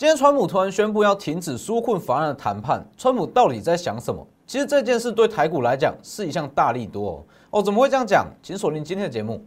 今天川普突然宣布要停止纾困法案的谈判，川普到底在想什么？其实这件事对台股来讲是一项大利多哦。怎么会这样讲？请锁定今天的节目。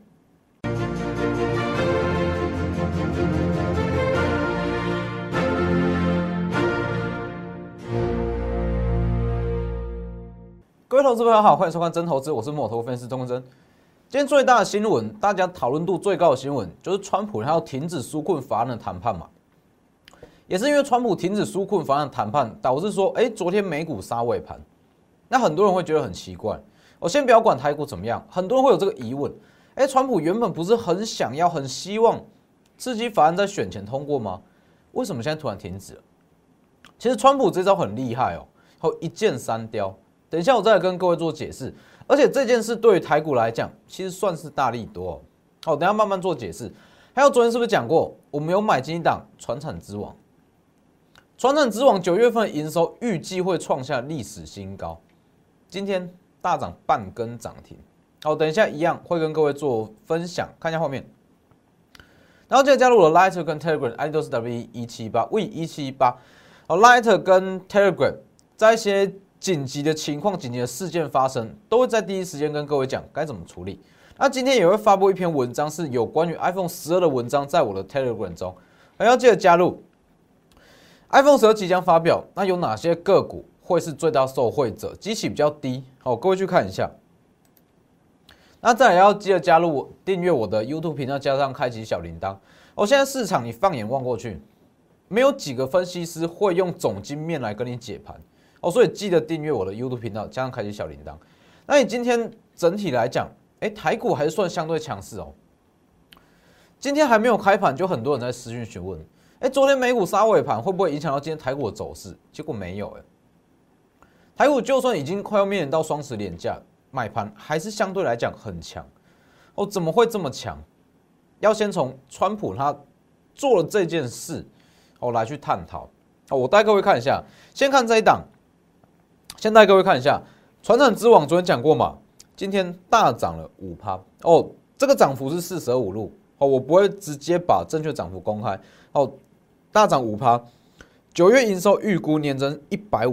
各位投资朋友好，欢迎收看真投资，我是摩投分析师钟文真。今天最大的新闻，大家讨论度最高的新闻，就是川普他要停止纾困法案的谈判嘛。也是因为川普停止纾困法案的谈判，导致说，昨天美股杀尾盘。那很多人会觉得很奇怪。我先不要管台股怎么样，很多人会有这个疑问：川普原本不是很想要、很希望刺激法案在选前通过吗？为什么现在突然停止了？其实川普这招很厉害哦，一箭三雕。等一下我再来跟各位做解释。而且这件事对于台股来讲，其实算是大利多哦。等一下慢慢做解释。还有昨天是不是讲过，我们有买进一档传产之王？传产之王9月份的营收预计会创下历史新高，今天大涨半根涨停。好，等一下一样会跟各位做分享，看一下画面。然后记得加入我的 Lighter 跟 Telegram，ID 都是 W178 V178。好 ，Lighter 跟 Telegram 在一些紧急的情况、紧急的事件发生，都会在第一时间跟各位讲该怎么处理。那今天也会发布一篇文章，是有关于 iPhone 12的文章，在我的 Telegram 中，还要记得加入。iPhone 12即将发表，那有哪些个股会是最大受惠者？基期比较低，好，各位去看一下。那再来要记得加入订阅我的 YouTube 频道，加上开启小铃铛。现在市场你放眼望过去，没有几个分析师会用总经面来跟你解盘所以记得订阅我的 YouTube 频道，加上开启小铃铛。那你今天整体来讲，台股还是算相对强势今天还没有开盘，就很多人在私讯询问。昨天美股杀尾盘会不会影响到今天台股的走势？结果没有台股就算已经快要面临到双十连假，买盘还是相对来讲很强怎么会这么强？要先从川普他做了这件事来去探讨我带各位看一下，先看这一档，先带各位看一下传产之王，昨天讲过嘛，今天大涨了 5%这个涨幅是42.5路我不会直接把正确涨幅公开大涨 5%，9 月营收预估年增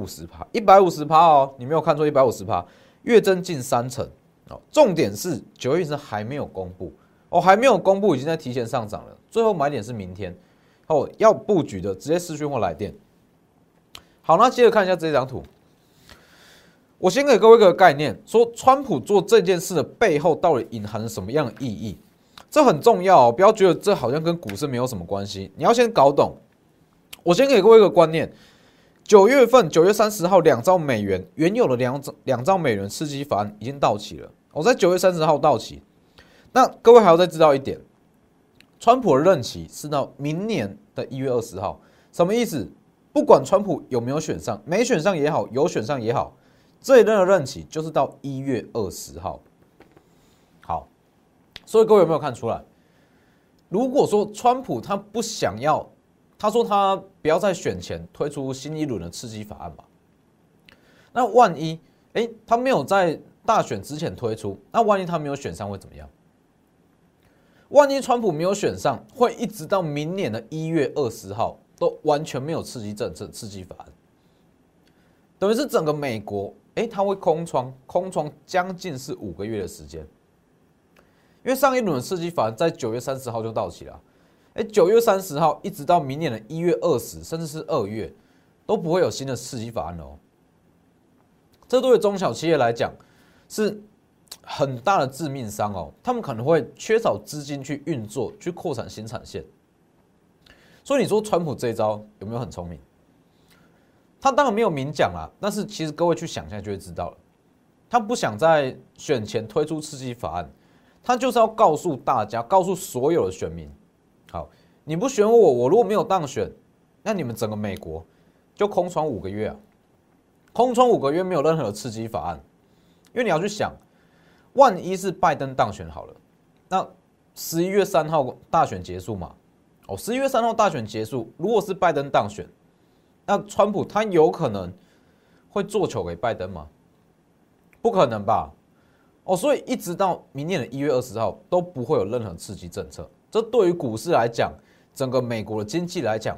150%，150%你没有看错150%，月增近30%重点是9月营收还没有公布还没有公布，已经在提前上涨了，最后买点是明天要布局的直接私讯或来电。好，那接着看一下这张图，我先给各位一个概念，说川普做这件事的背后到底隐含了什么样的意义？这很重要不要觉得这好像跟股市没有什么关系，你要先搞懂。我先给各位一个观念，9月份9月30号2兆美元原有的2兆美元刺激法案已经到期了在9月30号到期。那各位还要再知道一点，川普的任期是到明年的1月20号，什么意思？不管川普有没有选上，没选上也好，有选上也好，这一任的任期就是到1月20号。好，所以各位有没有看出来？如果说川普他不想要，他说他不要在选前推出新一轮的刺激法案吧，那万一他没有在大选之前推出，那万一他没有选上会怎么样？万一川普没有选上，会一直到明年的1月20号都完全没有刺激政策、刺激法案，等于是整个美国它会空窗将近是5个月的时间，因为上一轮的刺激法案在9月30号就到期了，9月30号一直到明年的1月20，甚至是2月都不会有新的刺激法案了这对于中小企业来讲是很大的致命伤他们可能会缺少资金去运作、去扩展新产线。所以你说川普这一招有没有很聪明？他当然没有明讲啦，但是其实各位去想一下就会知道了。他不想在选前推出刺激法案，他就是要告诉大家、告诉所有的选民，好，你不选我，我如果没有当选，那你们整个美国就空窗5个月空窗5个月没有任何的刺激法案，因为你要去想。万一是拜登当选好了，那11月3号大选结束嘛？11月3号大选结束，如果是拜登当选，那川普他有可能会做球给拜登吗？不可能吧？所以一直到明年的1月20号都不会有任何刺激政策。这对于股市来讲，整个美国的经济来讲，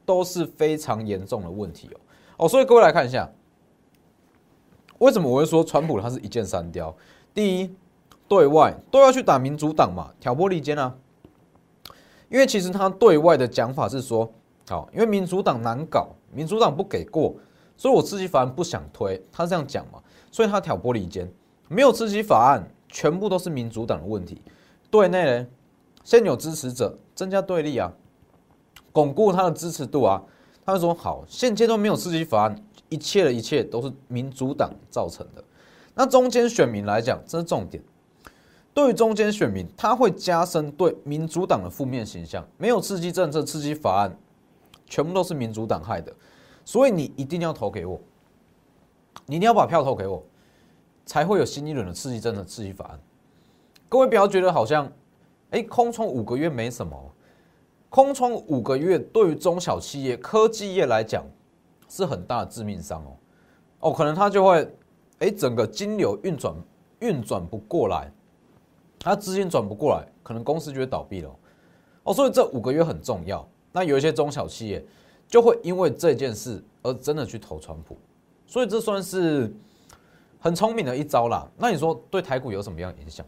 都是非常严重的问题所以各位来看一下，为什么我会说川普他是一箭三雕？第一，对外都要去打民主党嘛，挑拨离间啊。因为其实他对外的讲法是说，好，因为民主党难搞，民主党不给过，所以我刺激法案不想推，他这样讲嘛，所以他挑拨离间，没有刺激法案，全部都是民主党的问题。对内呢，现有支持者增加对立啊，巩固他的支持度啊。他就说好，现阶段没有刺激法案，一切的一切都是民主党造成的。那中间选民来讲，这是重点。对于中间选民，他会加深对民主党的负面形象。没有刺激政策、刺激法案，全部都是民主党害的。所以你一定要投给我，你一定要把票投给我，才会有新一轮的刺激政策、刺激法案。各位不要觉得好像，空窗5个月没什么。空窗5个月对于中小企业、科技业来讲是很大的致命伤可能它就会，整个金流运转不过来，它资金转不过来，可能公司就会倒闭了所以这5个月很重要。那有一些中小企业就会因为这件事而真的去投川普，所以这算是很聪明的一招啦。那你说对台股有什么样的影响？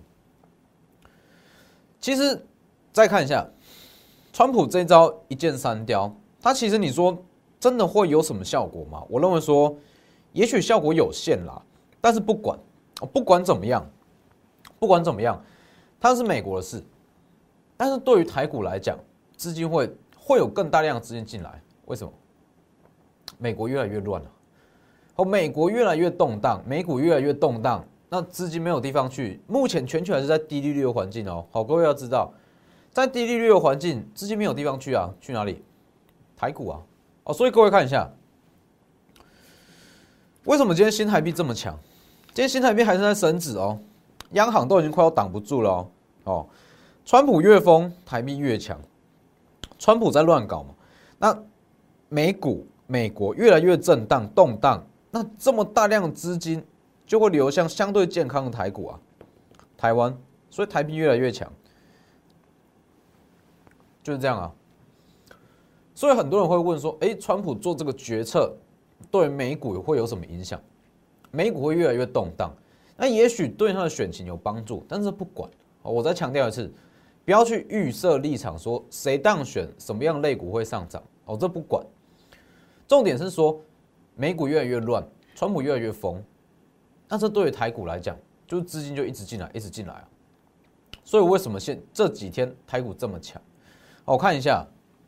其实再看一下。川普这一招一箭三雕，他其实你说真的会有什么效果吗？我认为说，也许效果有限啦，但是不管怎么样，它是美国的事，但是对于台股来讲，资金会有更大量的资金进来。为什么？美国越来越乱了，美国越来越动荡，美股越来越动荡，那资金没有地方去。目前全球还是在低利率的环境好，各位要知道。在低利率的环境，资金没有地方去啊，去哪里？台股啊，所以各位看一下，为什么今天新台币这么强？今天新台币还是在升值央行都已经快要挡不住了川普越疯，台币越强，川普在乱搞嘛。那美国越来越震荡动荡，那这么大量的资金就会流向相对健康的台股啊，台湾，所以台币越来越强。就是这样啊，所以很多人会问说，川普做这个决策对美股会有什么影响？美股会越来越动荡，那也许对他的选情有帮助，但是不管。我再强调一次，不要去预设立场，说谁当选，什么样类股会上涨这不管。重点是说，美股越来越乱，川普越来越疯，那这对于台股来讲，就是资金就一直进来，一直进来啊。所以为什么这几天台股这么强？我看一下，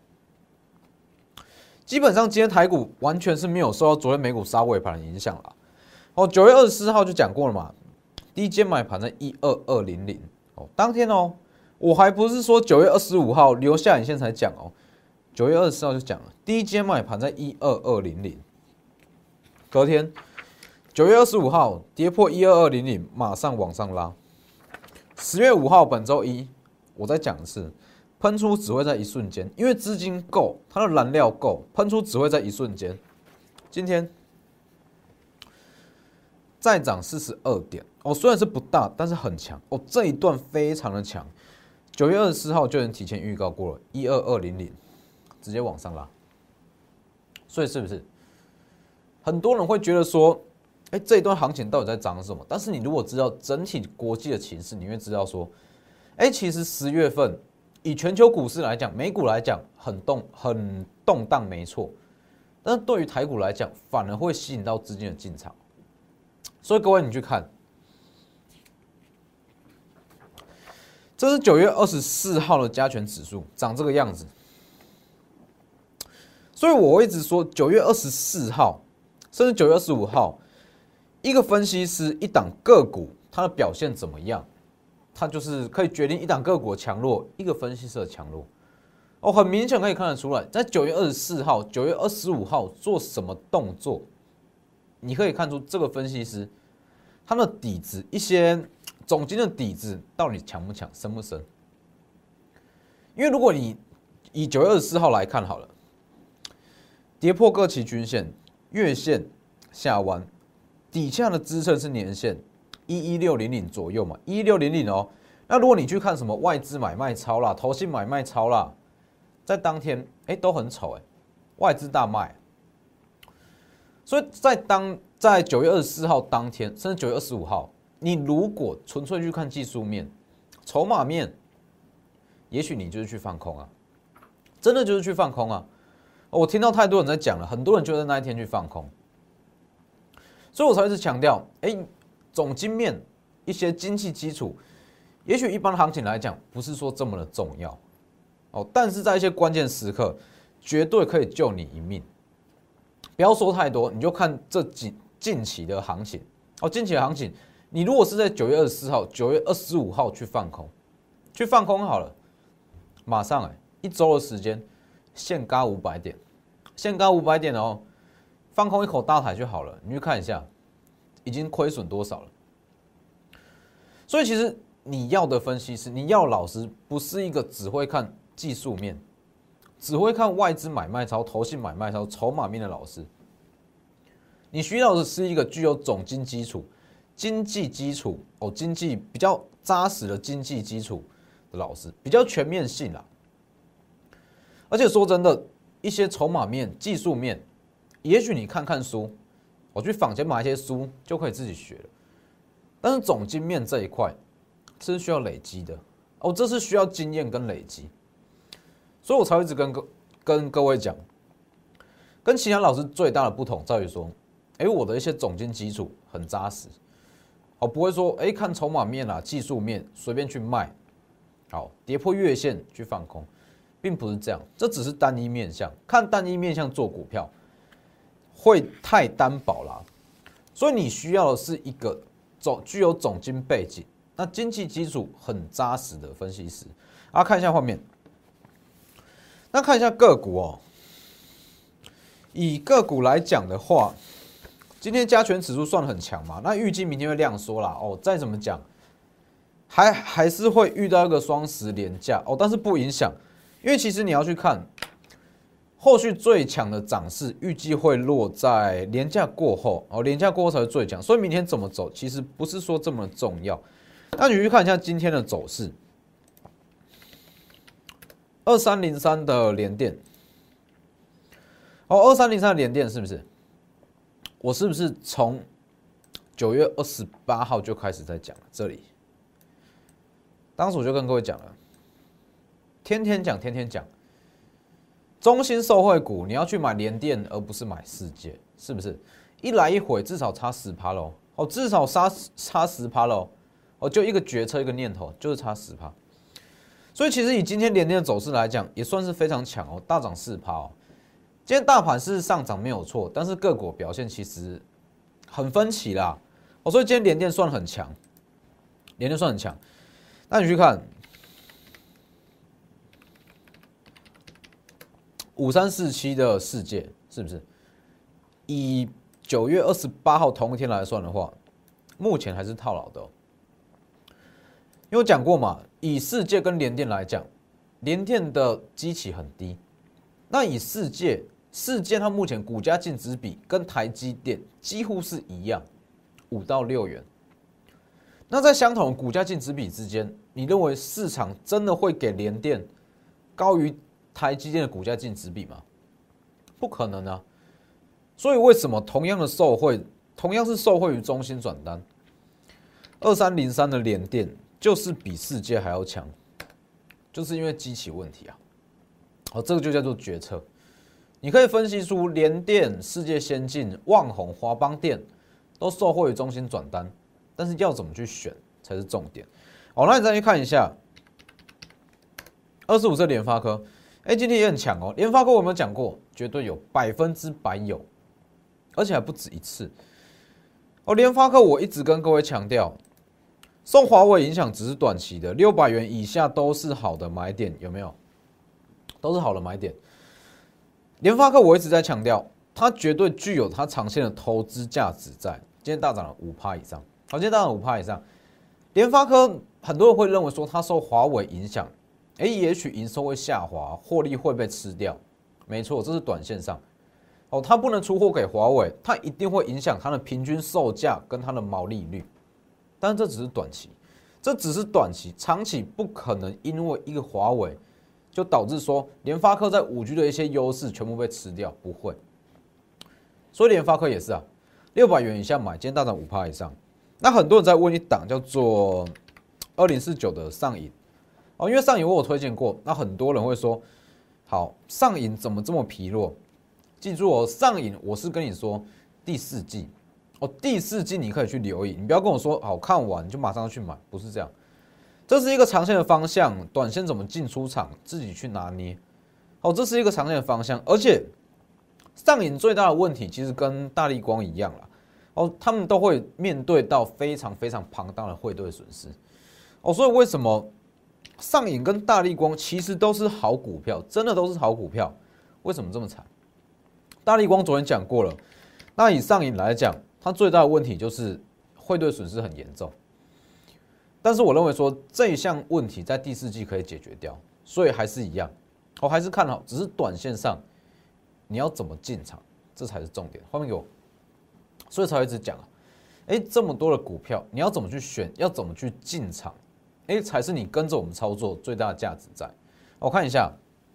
基本上今天台股完全是没有受到昨天美股杀尾盘的影响啦。9月24号就讲过了嘛，低阶买盘在12200当天我还不是说9月25号留下影线才讲9月24号就讲了，低阶买盘在12200，隔天9月25号跌破12200，马上往上拉。10月5号本周一，我再讲一次。喷出只会在一瞬间，因为资金够，它的燃料够，喷出只会在一瞬间。今天再涨42点虽然是不大，但是很强这一段非常的强。9月24号就能提前预告过了，12200直接往上拉，所以是不是很多人会觉得说，这一段行情到底在涨什么？但是你如果知道整体国际的情势，你会知道说，其实10月份。以全球股市来讲，美股来讲很动荡，没错。但是对于台股来讲，反而会吸引到资金的进场。所以各位，你去看，这是9月24号的加权指数，长这个样子。所以我一直说，9月24号，甚至9月25号，一个分析师一档个股它的表现怎么样？它就是可以决定一档个股的强弱，一个分析师的强弱。很明显可以看得出来，在9月24号、9月25号做什么动作，你可以看出这个分析师他的底子，一些总经的底子到底强不强、深不深？因为如果你以9月24号来看好了，跌破各期均线、月线下弯，底下的支撑是年线。11600左右嘛，11600那如果你去看什么外资买卖超啦、投信买卖超啦，在当天都很丑外资大卖，所以在9月24号当天，甚至9月25号，你如果纯粹去看技术面、筹码面，也许你就是去放空啊，真的就是去放空啊。我听到太多人在讲了，很多人就在那一天去放空，所以我才一直强调，总经面一些经济基础，也许一般行情来讲不是说这么的重要但是在一些关键时刻，绝对可以救你一命。不要说太多，你就看这近期的行情近期的行情，你如果是在9月24号、9月25号去放空好了，马上1周的时间，现嘎500点，现嘎500点放空一口大台就好了。你去看一下，已经亏损多少了。所以其实你要的分析师，你要老师，不是一个只会看技术面，只会看外资买卖超、投信买卖超、筹码面的老师。你需要的是一个具有总经基础、经济基础经济比较扎实的经济基础的老师，比较全面性啦。而且说真的，一些筹码面、技术面，也许你看看书，我去坊间买一些书就可以自己学了。但是总经面这一块，这是需要累积的这是需要经验跟累积。所以我才会一直跟各位讲，跟其他老师最大的不同在于说，我的一些总经基础很扎实，不会说看筹码面啊、技术面随便去卖，跌破月线去放空，并不是这样，这只是单一面向，看单一面向做股票会太单薄啦。所以你需要的是一个具有总经背景、那经济基础很扎实的分析师。看一下画面。那看一下个股以个股来讲的话，今天加权指数算很强嘛？那预计明天会量缩啦再怎么讲，还是会遇到一个双10连假但是不影响，因为其实你要去看后续最强的涨势，预计会落在连假过后连假过后才是最强，所以明天怎么走，其实不是说这么重要。那你去看一下今天的走势。2303的联电，2303的联电是不是？我是不是从9月28号就开始在讲这里？当时我就跟各位讲了，天天讲，中兴受惠股你要去买联电，而不是买世界，是不是？一来一回至少差10%喽，至少差10%喽，就一个决策一个念头，就是差10%。所以其实以今天联电的走势来讲，也算是非常强大涨4%今天大盘是上涨没有错，但是个股表现其实很分歧啦所以今天联电算很强，那你去看5347的世界，是不是？以9月28号同一天来算的话，目前还是套牢的因为我讲过嘛，以世界跟联电来讲，联电的基期很低，那以世界它目前股价净值比跟台积电几乎是一样，5到6元。那在相同的股价净值比之间，你认为市场真的会给联电高于台积电的股价净值比吗？不可能啊！所以为什么同样是受惠于中兴转单，2303的联电就是比世界还要强，就是因为基期问题这个就叫做决策。你可以分析出联电、世界先进、旺宏、华邦电都受惠于中兴转单，但是要怎么去选才是重点。那你再去看一下25这联发科，今天也很强联发科我有没有讲过？绝对有100%有，而且还不止一次。联发科我一直跟各位强调，受华为影响只是短期的，600元以下都是好的买点，有没有？都是好的买点。联发科我一直在强调，它绝对具有它长线的投资价值在。今天大涨了5%以上，今天大涨5%以上。联发科很多人会认为说它受华为影响，也许营收会下滑，获利会被吃掉。没错，这是短线上。它不能出货给华为，它一定会影响它的平均售价跟它的毛利率。但是这只是短期，长期不可能因为一个华为就导致说联发科在5G 的一些优势全部被吃掉，不会。所以联发科也是啊，600元以下买，今天大涨5%以上。那很多人在问一档叫做2049的上影哦，因为上影我有推荐过，那很多人会说，好，上影怎么这么疲弱？记住哦，上影我是跟你说第4季哦，第4季你可以去留意，你不要跟我说好看完就马上去买，不是这样。这是一个长线的方向，短线怎么进出场自己去拿捏。哦，这是一个长线的方向，而且上影最大的问题其实跟大立光一样啦。哦，他们都会面对到非常非常庞大的汇兑损失。哦，所以为什么上影跟大立光其实都是好股票，真的都是好股票？为什么这么惨？大立光昨天讲过了，那以上影来讲，它最大的问题就是汇兑损失很严重。但是我认为说这一项问题在第4季可以解决掉，所以还是一样，我还是看好，只是短线上你要怎么进场，这才是重点。画面给我。所以才会一直讲啊，这么多的股票，你要怎么去选，要怎么去进场，才是你跟着我们操作最大的价值在。我看一下，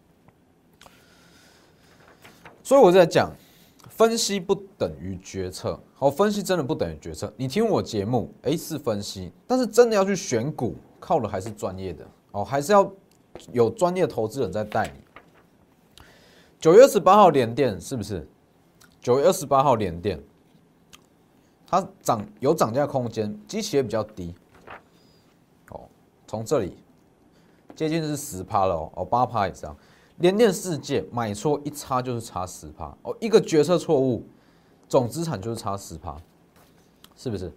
所以我在讲，分析不等于决策，好，分析真的不等于决策。你听我节目，是分析，但是真的要去选股，靠的还是专业的哦，还是要有专业投资人在带你。9月28号联电是不是？9月28号联电。它有涨价空间，基期也比较低，哦，从这里接近是10%了哦，8%以上。联电世界买错一差就是差10%哦，一个决策错误，总资产就是差10%，是不是？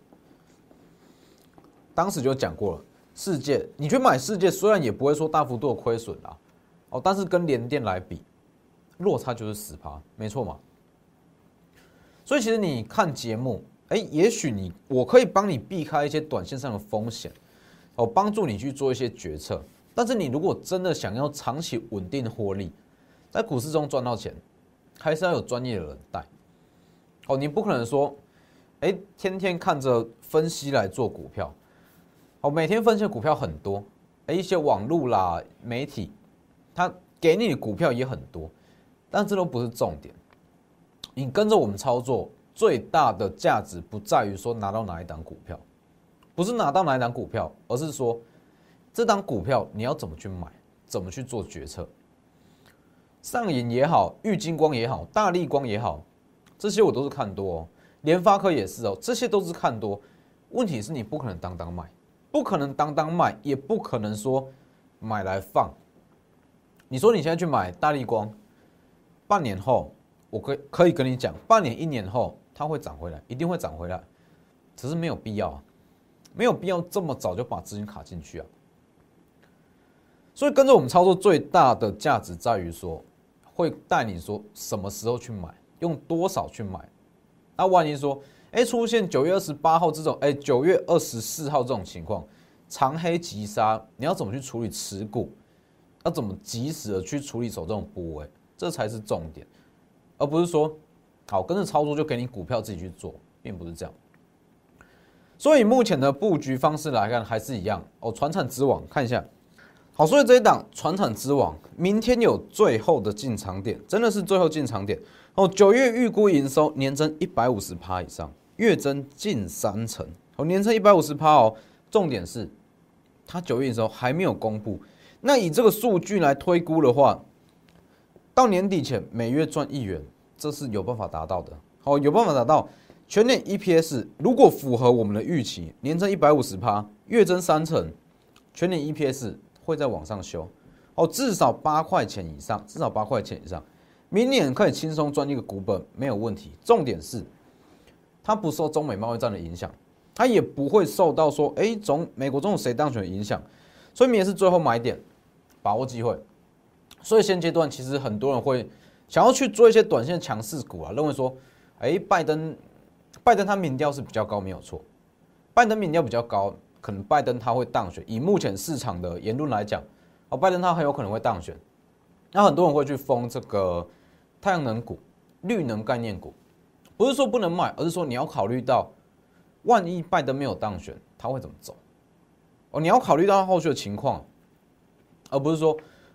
当时就讲过了，世界你去买世界，虽然也不会说大幅度的亏损啦，哦，但是跟联电来比，落差就是10%，没错嘛。所以其实你看节目。也许我可以帮你避开一些短线上的风险，哦，帮助你去做一些决策。但是你如果真的想要长期稳定获利，在股市中赚到钱，还是要有专业的人带。哦，你不可能说，天天看着分析来做股票，哦，每天分析的股票很多，一些网路啦、媒体，他给你的股票也很多，但这都不是重点。你跟着我们操作。最大的价值不在于说拿到哪一档股票，不是拿到哪一档股票，而是说这档股票你要怎么去买，怎么去做决策。上影也好，玉晶光也好，大立光也好，这些我都是看多哦，联发科也是哦，这些都是看多。问题是你不可能当当卖，不可能当当卖，也不可能说买来放。你说你现在去买大立光，半年后我可以跟你讲，半年1年后。它会涨回来，一定会涨回来，只是没有必要啊，没有必要这么早就把资金卡进去啊。所以跟着我们操作最大的价值在于说，会带你说什么时候去买，用多少去买。那万一说，出现9月28号这种，9月24号这种情况，长黑急杀，你要怎么去处理持股？要怎么及时的去处理手这种部位？这才是重点，而不是说。好，跟着操作就给你股票自己去做，并不是这样。所以目前的布局方式来看还是一样哦。传产之王看一下，好，所以这一档传产之王明天有最后的进场点，真的是最后进场点哦。9月预估营收年增150%以上，月增近30%，哦，年增150%哦。重点是它9月营收还没有公布，那以这个数据来推估的话，到年底前每月赚1元。这是有办法达到的，好，有办法达到全年 EPS， 如果符合我们的预期，年增150%，月增30%，全年 EPS 会再往上修，哦，至少8块钱以上，至少8块钱以上，明年可以轻松赚一个股本，没有问题。重点是，它不受中美贸易战的影响，它也不会受到说，美国总统谁当选的影响，所以明年是最后买点，把握机会。所以现阶段其实很多人会。想要去做一些短线强势股啊，认为说，拜登他民调是比较高，没有错，拜登民调比较高，可能拜登他会当选。以目前市场的言论来讲，拜登他很有可能会当选。那很多人会去封这个太阳能股、绿能概念股，不是说不能买，而是说你要考虑到，万一拜登没有当选，他会怎么走？你要考虑到他后续的情况，而不是说。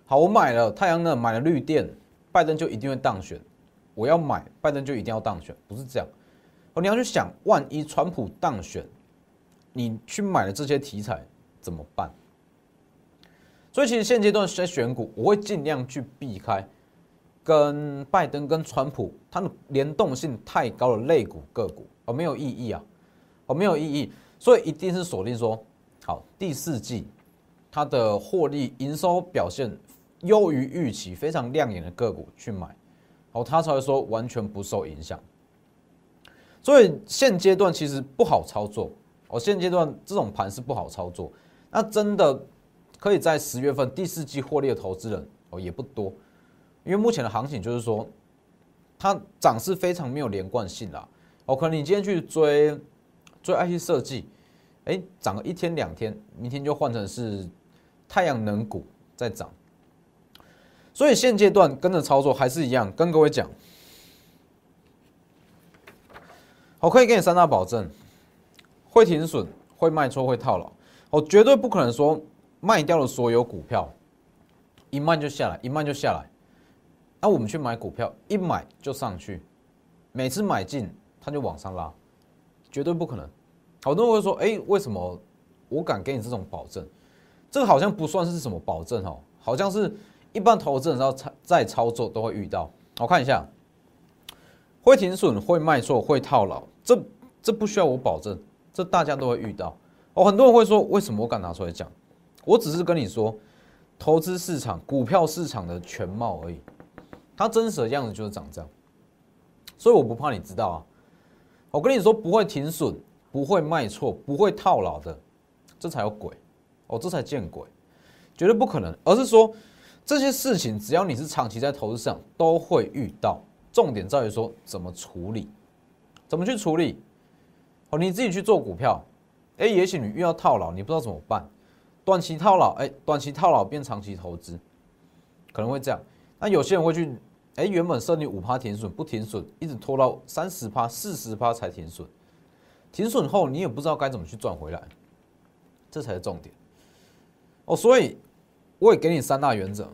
好，我买了太阳能，买了绿电，拜登就一定会当选。我要买，拜登就一定要当选，不是这样。你要去想，万一川普当选，你去买了这些题材怎么办？所以其实现阶段在选股，我会尽量去避开跟拜登跟川普它的联动性太高的类股个股，没有意义啊，没有意义。所以一定是锁定说，好，第四季它的获利营收表现优于预期，非常亮眼的个股去买，它才会说完全不受影响。所以现阶段其实不好操作，现阶段这种盘是不好操作。那真的可以在10月份第四季获利的投资人也不多，因为目前的行情就是说，它涨势非常没有连贯性啦。可能你今天去追 IC 设计，涨个1天2天，明天就换成是太阳能股在涨。所以现阶段跟着操作还是一样，跟各位讲。我可以给你3大保证：会停损、会卖错、会套牢。绝对不可能说卖掉了所有股票，一卖就下来，一卖就下来。那我们去买股票，一买就上去，每次买进它就往上拉，绝对不可能。好多人会说，为什么我敢给你这种保证？这个好像不算是什么保证哦，好像是一般投资人在操作都会遇到。我看一下。会停损、会卖错、会套牢，这不需要我保证，这大家都会遇到。很多人会说，为什么我敢拿出来讲？我只是跟你说，投资市场、股票市场的全貌而已，它真实的样子就是长这样。所以我不怕你知道啊。我跟你说，不会停损、不会卖错、不会套牢的，这才有鬼这才见鬼，绝对不可能。而是说，这些事情只要你是长期在投资市场，都会遇到。重点在于说怎么处理，怎么去处理。你自己去做股票，也许你遇到套牢，你不知道怎么办。短期套牢，短期套牢变长期投资，可能会这样。那有些人会去，原本设定5%停损，不停损，一直拖到30%、40%才停损。停损后你也不知道该怎么去赚回来，这才是重点。所以我也给你3大原则。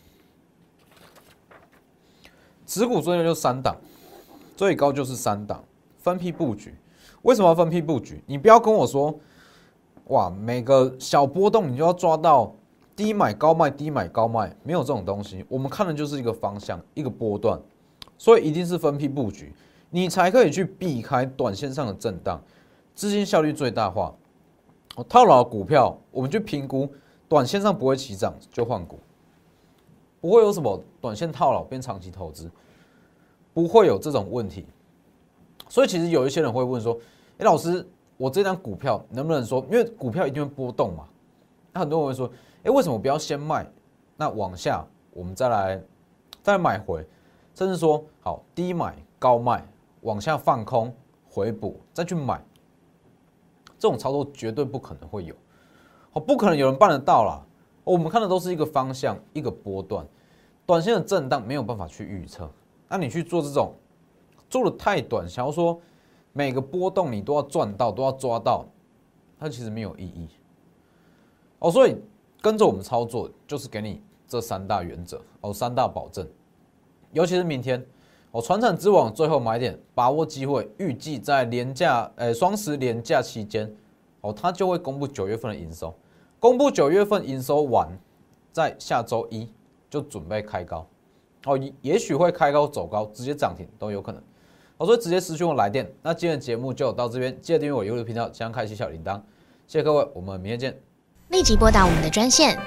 持股最多就3档，最高就是3档，分批布局。为什么要分批布局？你不要跟我说，哇，每个小波动你就要抓到低买高卖，低买高卖，没有这种东西。我们看的就是一个方向，一个波段，所以一定是分批布局，你才可以去避开短线上的震荡，资金效率最大化。套牢的股票，我们去评估，短线上不会起涨就换股。不会有什么短线套牢变长期投资，不会有这种问题。所以其实有一些人会问说，老师，我这张股票能不能说，因为股票一定会波动嘛，那很多人会说，为什么不要先卖，那往下我们再来买回，甚至说好低买高卖，往下放空回补再去买，这种操作绝对不可能会有，不可能有人办得到啦。我们看的都是一个方向，一个波段，短线的震荡没有办法去预测。那你去做这种做的太短，想要说每个波动你都要赚到，都要抓到，它其实没有意义。所以跟着我们操作，就是给你这3大原则，3大保证。尤其是明天，传产之王最后买点，把握机会，预计在双十连假期间，它就会公布9月份的营收。公布9月份营收完，在下周1就准备开高，也许会开高走高，直接涨停都有可能。所以直接私讯我来电。那今天的节目就到这边，记得订阅我 YouTube 频道，加上开启小铃铛。谢谢各位，我们明天见。 立即拨打我们的专线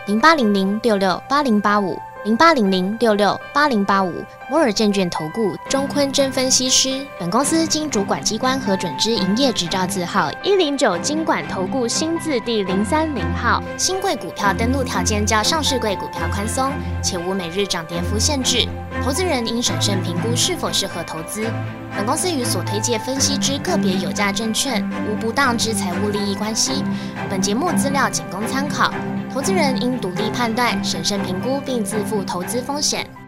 0800668085，0800668085。摩尔证券投顾钟坤真分析师。本公司经主管机关核准之营业执照字号109金管投顾新字第030号。新贵股票登录条件较上市贵股票宽松，且无每日涨跌幅限制。投资人应审慎评估是否适合投资。本公司与所推介分析之个别有价证券无不当之财务利益关系。本节目资料仅供参考，投资人应独立判断、审慎评估并自负投资风险。